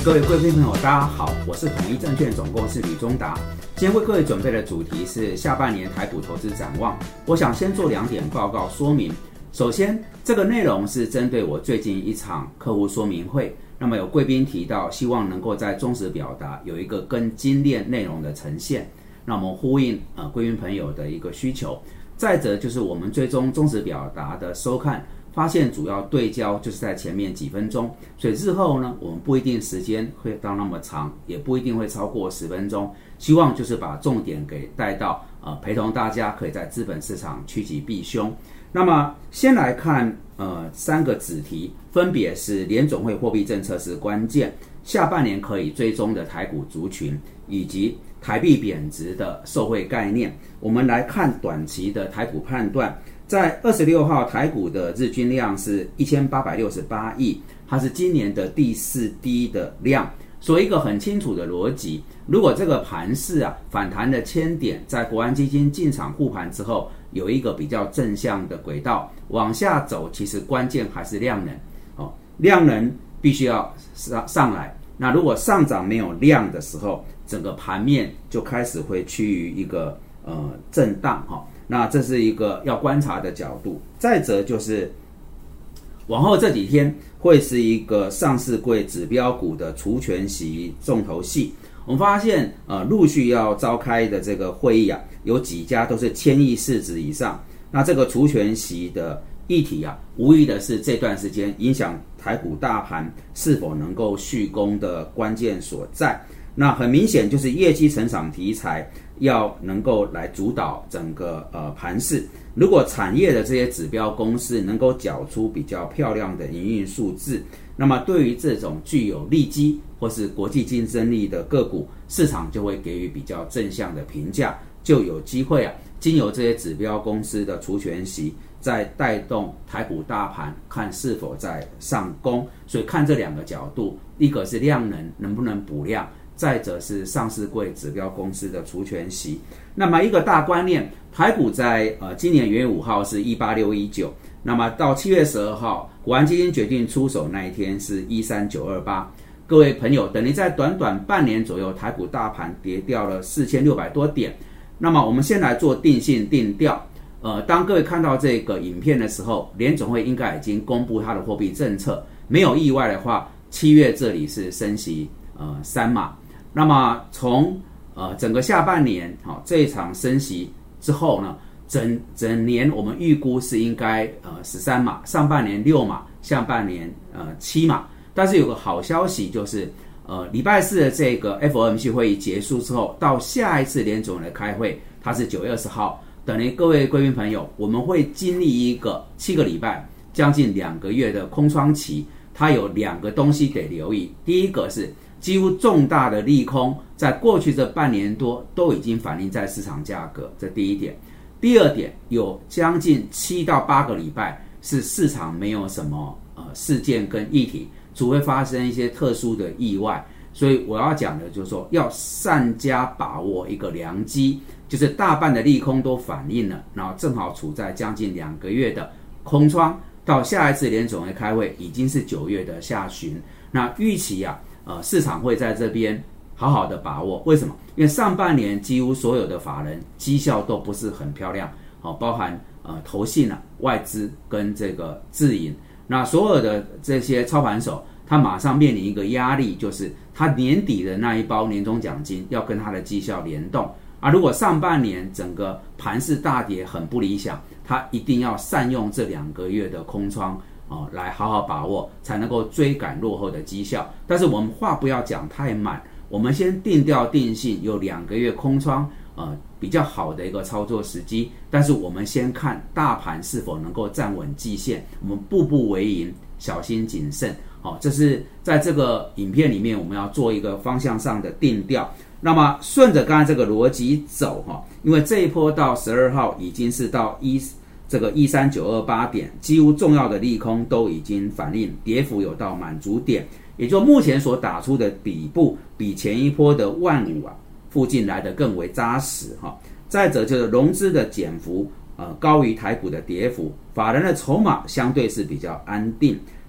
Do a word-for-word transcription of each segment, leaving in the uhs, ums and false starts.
各位贵宾朋友大家好，我是统一证券总公司吕中达。今天为各位准备的主题是下半年台股投资展望。我想先做两点报告说明。首先，这个内容是针对我最近一场客户说明会，那么有贵宾提到希望能够在忠实表达有一个更精炼内容的呈现，那我们呼应呃贵宾朋友的一个需求。再者就是我们最终忠实表达的收看发现主要对焦就是在前面几分钟，所以日后呢，我们不一定时间会到那么长，也不一定会超过十分钟。希望就是把重点给带到，呃，陪同大家可以在资本市场趋吉避凶。那么先来看呃三个子题，分别是联总会货币政策是关键，下半年可以追踪的台股族群，以及台币贬值的受惠概念。我们来看短期的台股判断。在二十六号台股的日均量是一千八百六十八亿，它是今年的第四低的量。所以一个很清楚的逻辑，如果这个盘势啊反弹的千点，在国安基金进场护盘之后，有一个比较正向的轨道往下走，其实关键还是量能哦，量能必须要上上来。那如果上涨没有量的时候，整个盘面就开始会趋于一个呃震荡哈、哦。那这是一个要观察的角度。再者就是往后这几天会是一个上市柜指标股的除权息重头戏。我们发现呃陆续要召开的这个会议啊，有几家都是千亿市值以上。那这个除权息的议题啊，无疑的是这段时间影响台股大盘是否能够续攻的关键所在。那很明显就是业绩成长题材要能够来主导整个呃盘势。如果产业的这些指标公司能够缴出比较漂亮的营运数字，那么对于这种具有利基或是国际竞争力的个股，市场就会给予比较正向的评价，就有机会啊经由这些指标公司的除权息，再带动台股大盘看是否在上攻。所以看这两个角度，一个是量能能不能补量，再者是上市柜指标公司的除权息。那么一个大观念，台股在呃今年元月五号是一八六一九，那么到七月十二号国安基金决定出手那一天是一三九二八。各位朋友，等于在短短半年左右，台股大盘跌掉了四千六百多点。那么我们先来做定性定调。呃，当各位看到这个影片的时候，联总会应该已经公布它的货币政策，没有意外的话，七月这里是升息呃三码。那么从呃整个下半年好、哦、这一场升息之后呢，整整年我们预估是应该呃十三码，上半年六码，下半年呃七码。但是有个好消息就是呃礼拜四的这个 F O M C 会议结束之后，到下一次联总会的开会，它是九月二十号，等于各位贵宾朋友，我们会经历一个七个礼拜，将近两个月的空窗期，它有两个东西得留意。第一个是几乎重大的利空，在过去这半年多都已经反映在市场价格，这第一点。第二点，有将近七到八个礼拜是市场没有什么呃事件跟议题，除非发生一些特殊的意外。所以我要讲的就是说，要善加把握一个良机，就是大半的利空都反映了，然后正好处在将近两个月的空窗，到下一次联总会开会已经是九月的下旬。那预期啊。呃，市场会在这边好好的把握。为什么？因为上半年几乎所有的法人绩效都不是很漂亮，哦，包含呃投信啊、外资跟这个自营。那所有的这些操盘手，他马上面临一个压力，就是他年底的那一包年终奖金要跟他的绩效联动啊。如果上半年整个盘势大跌很不理想，他一定要善用这两个月的空窗。哦，来好好把握，才能够追赶落后的绩效。但是我们话不要讲太满，我们先定调定性，有两个月空窗，呃，比较好的一个操作时机。但是我们先看大盘是否能够站稳季线，我们步步为营，小心谨慎。好、哦，这是在这个影片里面我们要做一个方向上的定调。那么顺着刚才这个逻辑走哈、哦，因为这一波到十二号已经是到一。这个一三九二八点，几乎重要的利空都已经反映，跌幅有到满足点，也就目前所打出的底部，比前一波的万五啊附近来得更为扎实哈。再者就是融资的减幅，呃高于台股的跌幅，法人的筹码相对是比较安定。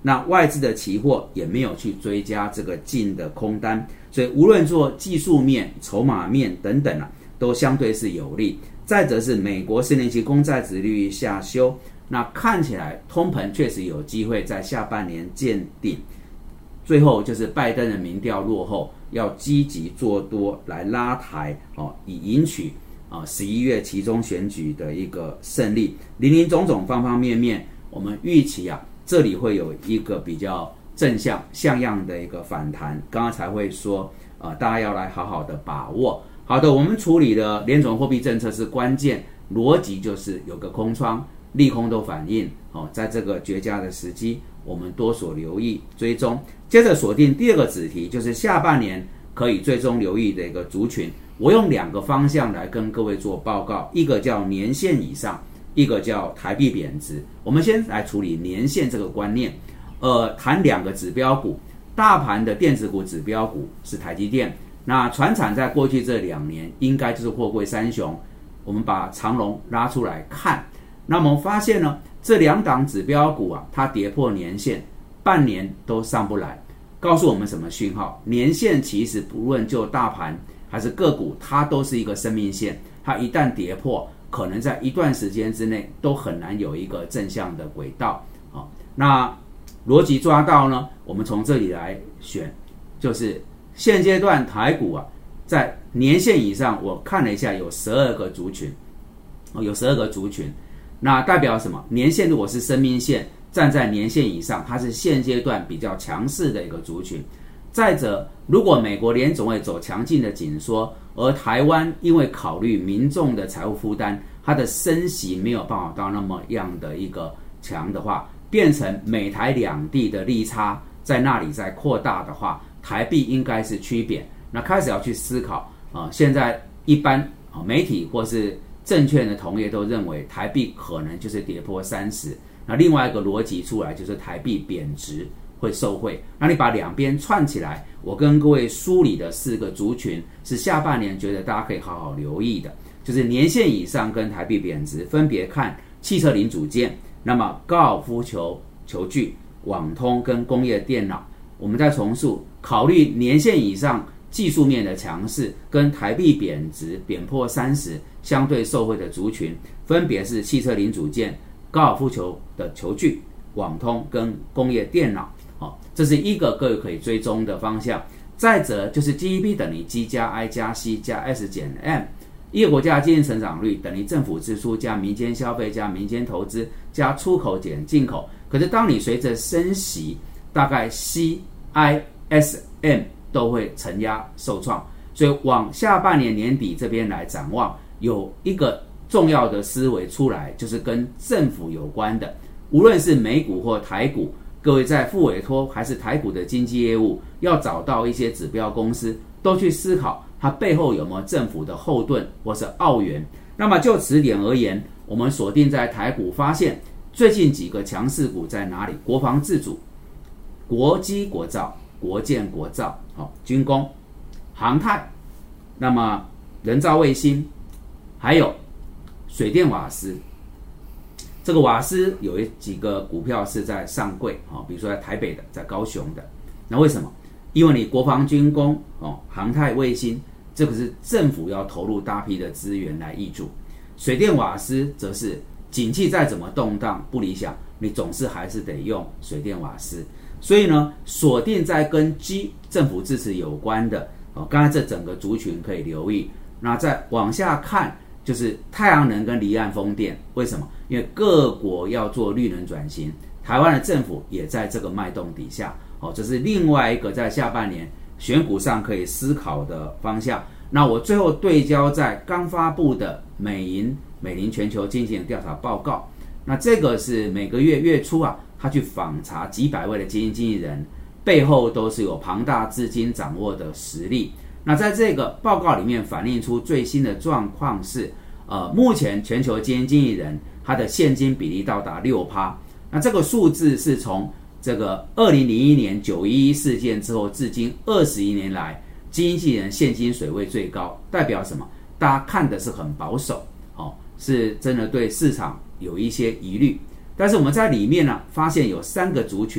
那外资的期货也没有去追加这个净的空单，所以无论做技术面、筹码面等等啊，都相对是有利。再则是美国十年期公债殖利率下修，那看起来通膨确实有机会在下半年见顶。最后就是拜登的民调落后，要积极做多来拉抬哦，以赢取啊十一月期中选举的一个胜利。林林总总方方面面，我们预期啊，这里会有一个比较正向像样的一个反弹。刚刚才会说，呃，大家要来好好的把握。好的，我们处理的联总货币政策是关键，逻辑就是有个空窗，利空都反应哦，在这个绝佳的时机，我们多所留意追踪。接着锁定第二个子题，就是下半年可以追踪留意的一个族群。我用两个方向来跟各位做报告，一个叫年线以上，一个叫台币贬值。我们先来处理年线这个观念，呃，谈两个指标股，大盘的电子股指标股是台积电，那传产在过去这两年应该就是货柜三雄。我们把长荣拉出来看，那么发现呢，这两档指标股啊，它跌破年线，半年都上不来，告诉我们什么讯号？年线其实不论就大盘还是个股，它都是一个生命线，它一旦跌破，可能在一段时间之内都很难有一个正向的轨道。好，那逻辑抓到呢，我们从这里来选，就是现阶段台股啊，在年线以上，我看了一下有十二个族群，有十二个族群，那代表什么？年线如果是生命线，站在年线以上，它是现阶段比较强势的一个族群。再者，如果美国联总会走强劲的紧缩，而台湾因为考虑民众的财务负担，它的升息没有办法到那么样的一个强的话，变成美台两地的利差在那里在扩大的话，台币应该是趋贬。那开始要去思考啊、呃，现在一般啊、呃、媒体或是证券的同业都认为台币可能就是跌破三十。那另外一个逻辑出来就是台币贬值会受惠。那你把两边串起来，我跟各位梳理的四个族群是下半年觉得大家可以好好留意的，就是年线以上跟台币贬值，分别看汽车零组件，那么高尔夫球球具、网通跟工业电脑。我们再重述，考虑年线以上技术面的强势跟台币贬值贬破三十相对受惠的族群，分别是汽车零组件、高尔夫球的球具、网通跟工业电脑。好，这是一个各位可以追踪的方向。再者就是 G D P 等于 G 加 I 加 C 加 S 减 M， 一个国家的经济成长率等于政府支出加民间消费加民间投资加出口减进口。可是当你随着升息，大概 C I S M 都会承压受创，所以往下半年年底这边来展望，有一个重要的思维出来，就是跟政府有关的，无论是美股或台股，各位在副委托还是台股的经纪业务，要找到一些指标公司，都去思考它背后有没有政府的后盾或是澳元。那么就此点而言，我们锁定在台股，发现最近几个强势股在哪里？国防自主、国机国造、国建国造、哦、军工、航太，那么人造卫星，还有水电瓦斯。这个瓦斯有几个股票是在上柜、哦、比如说在台北的，在高雄的。那为什么？因为你国防军工、哦、航太卫星，这个是政府要投入大批的资源来挹注。水电瓦斯则是景气再怎么动荡不理想，你总是还是得用水电瓦斯。所以呢，锁定在跟 G 政府支持有关的，哦，刚才这整个族群可以留意。那再往下看，就是太阳能跟离岸风电。为什么？因为各国要做绿能转型，台湾的政府也在这个脉动底下，哦，这是另外一个在下半年选股上可以思考的方向。那我最后对焦在刚发布的美银美林全球经济的调查报告，那这个是每个月月初啊，他去访查几百位的基金经纪人，背后都是有庞大资金掌握的实力。那在这个报告里面反映出最新的状况是，呃，目前全球基金经纪人他的现金比例到达 百分之六， 那这个数字是从这个二零零一年九一一事件之后至今二十一年来基金经纪人现金水位最高。代表什么？大家看的是很保守，哦，是真的对市场有一些疑虑。但是我们在里面呢，发现有三个族群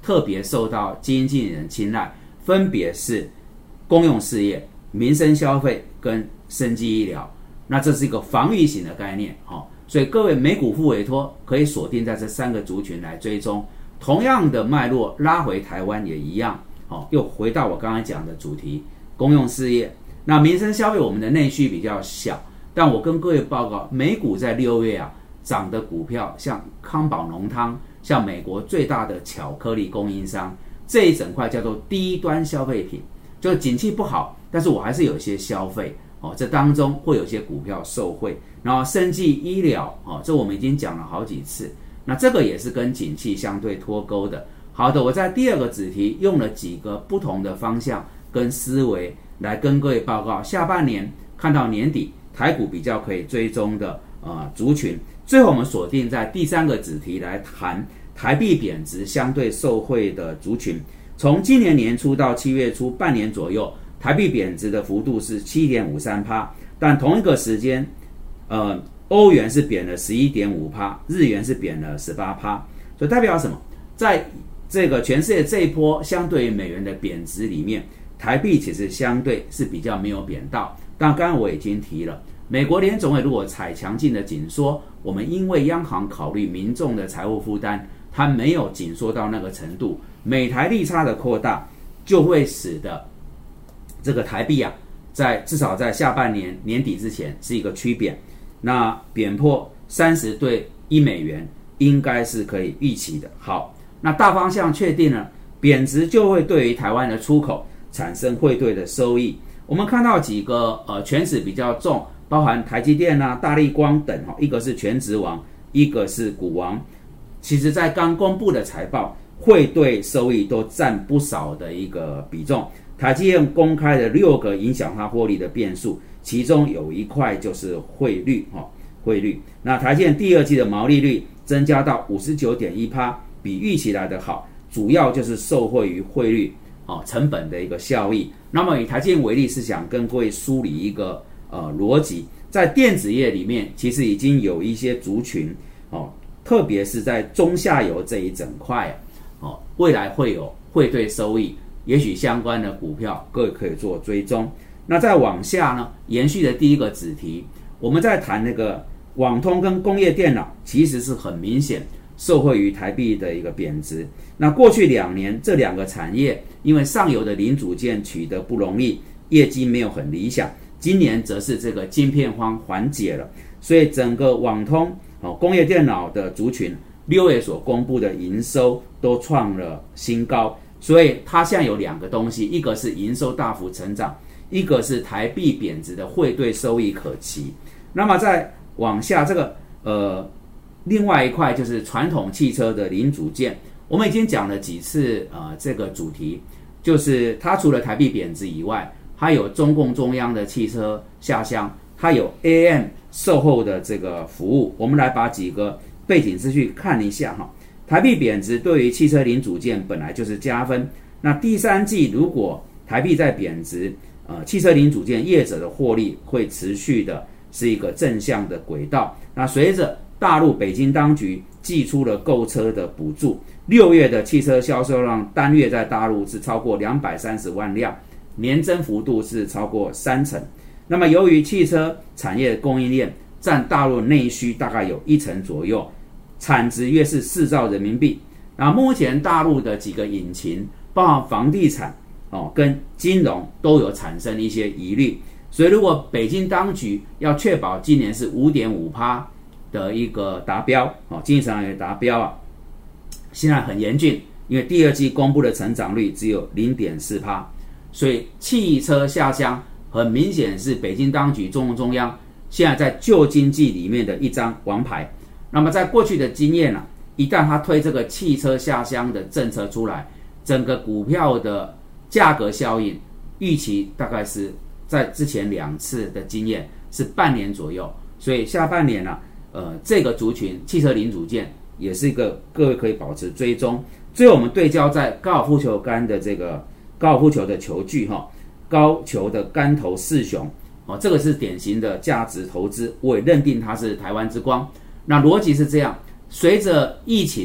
特别受到基金经理人青睐，分别是公用事业、民生消费跟生技医疗。那这是一个防御型的概念，哦，所以各位美股复委托可以锁定在这三个族群来追踪。同样的脉络拉回台湾也一样，哦，又回到我刚才讲的主题，公用事业。那民生消费我们的内需比较小，但我跟各位报告，美股在六月啊涨的股票，像康宝浓汤，像美国最大的巧克力供应商，这一整块叫做低端消费品，就景气不好，但是我还是有一些消费。哦，这当中会有些股票受惠，然后生技医疗，哦，这我们已经讲了好几次，那这个也是跟景气相对脱钩的。好的，我在第二个子题用了几个不同的方向跟思维来跟各位报告，下半年看到年底台股比较可以追踪的呃族群。最后我们锁定在第三个子题来谈台币贬值相对受惠的族群。从今年年初到七月初半年左右，台币贬值的幅度是 百分之七点五三， 但同一个时间呃，欧元是贬了 百分之十一点五， 日元是贬了 百分之十八， 所以代表什么？在这个全世界这一波相对于美元的贬值里面，台币其实相对是比较没有贬到。但刚刚我已经提了，美国联总会如果采强劲的紧缩，我们因为央行考虑民众的财务负担，它没有紧缩到那个程度，美台利差的扩大就会使得这个台币啊，在至少在下半年年底之前是一个趋贬，那贬破三十对一美元应该是可以预期的。好，那大方向确定了，贬值就会对于台湾的出口产生汇兑的收益。我们看到几个呃权值比较重，包含台积电啊、大立光等，一个是权值王，一个是股王。其实在刚公布的财报，汇兑收益都占不少的一个比重。台积电公开了六个影响它获利的变数，其中有一块就是汇率，哦，汇率。那台积电第二季的毛利率增加到 百分之五十九点一， 比预期来的好，主要就是受惠于汇率，哦，成本的一个效益。那么以台积电为例，是想跟各位梳理一个呃逻辑，在电子业里面，其实已经有一些族群，哦，特别是在中下游这一整块，哦，未来会有汇兑收益。也许相关的股票各位可以做追踪。那再往下呢，延续的第一个子题，我们在谈那个网通跟工业电脑，其实是很明显受惠于台币的一个贬值。那过去两年这两个产业因为上游的零组件取得不容易，业绩没有很理想，今年则是这个晶片荒缓解了，所以整个网通、哦、工业电脑的族群六月所公布的营收都创了新高。所以它现在有两个东西，一个是营收大幅成长，一个是台币贬值的汇兑收益可期。那么再往下这个呃，另外一块就是传统汽车的零组件，我们已经讲了几次呃这个主题，就是它除了台币贬值以外，它有中共中央的汽车下乡，它有 A M 售后的这个服务。我们来把几个背景资讯看一下哈。台币贬值对于汽车零组件本来就是加分，那第三季如果台币在贬值，呃，汽车零组件业者的获利会持续的是一个正向的轨道。那随着大陆北京当局祭出了购车的补助，六月的汽车销售量单月在大陆是超过两百三十万辆，年增幅度是超过三成。那么由于汽车产业供应链占大陆内需大概有一成左右，产值约是四兆人民币。那目前大陆的几个引擎，包含房地产、哦、跟金融都有产生一些疑虑，所以如果北京当局要确保今年是 百分之五点五 的一个达标，哦，经济成长率达标啊，现在很严峻，因为第二季公布的成长率只有 百分之零点四， 所以汽车下乡很明显是北京当局中共中央现在在旧经济里面的一张王牌。那么在过去的经验啊，一旦他推这个汽车下乡的政策出来，整个股票的价格效应预期大概是在之前两次的经验是半年左右，所以下半年啊，呃，这个族群汽车零组件也是一个各位可以保持追踪。最后我们对焦在高尔夫球杆的这个高尔夫球的球具哈，高球的杆头四雄哦，这个是典型的价值投资，我也认定它是台湾之光。那逻辑是这样，随着疫情啊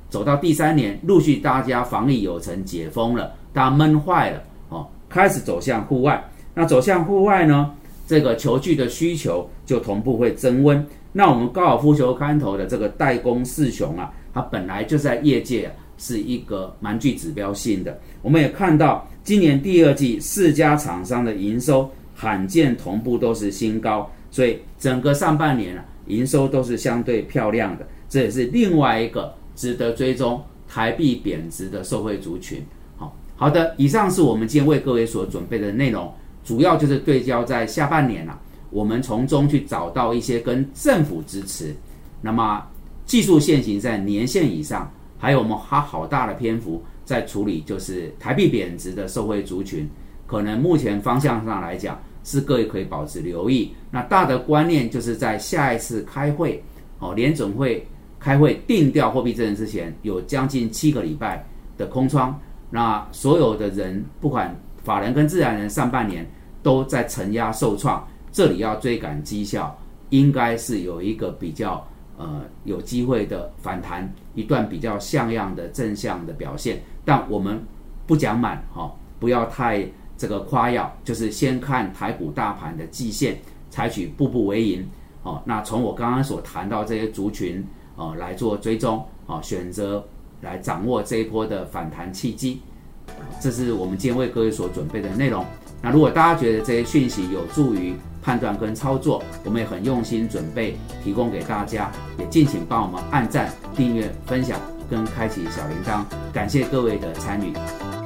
走到第三年，陆续大家防疫有成，解封了，大家闷坏了哦，开始走向户外。那走向户外呢，这个球具的需求就同步会增温。那我们高尔夫球竿头的这个代工四雄啊，它本来就在业界啊是一个蛮具指标性的。我们也看到今年第二季四家厂商的营收罕见同步都是新高，所以整个上半年啊营收都是相对漂亮的。这也是另外一个值得追踪台币贬值的受惠族群。好好的，以上是我们今天为各位所准备的内容，主要就是对焦在下半年啊，我们从中去找到一些跟政府支持，那么技术线型在年线以上，还有我们花好大的篇幅在处理就是台币贬值的受惠族群，可能目前方向上来讲是各位可以保持留意。那大的观念就是在下一次开会哦，联准会开会定调货币政策之前，有将近七个礼拜的空窗，那所有的人不管法人跟自然人上半年都在承压受创，这里要追赶绩效，应该是有一个比较呃有机会的反弹，一段比较像样的正向的表现。但我们不讲满哈、哦，不要太这个夸耀，就是先看台股大盘的季线，采取步步为营哦。那从我刚刚所谈到这些族群哦来做追踪哦，选择来掌握这一波的反弹契机。这是我们今天为各位所准备的内容。那如果大家觉得这些讯息有助于判断跟操作，我们也很用心准备提供给大家，也敬请帮我们按赞、订阅、分享跟开启小铃铛，感谢各位的参与。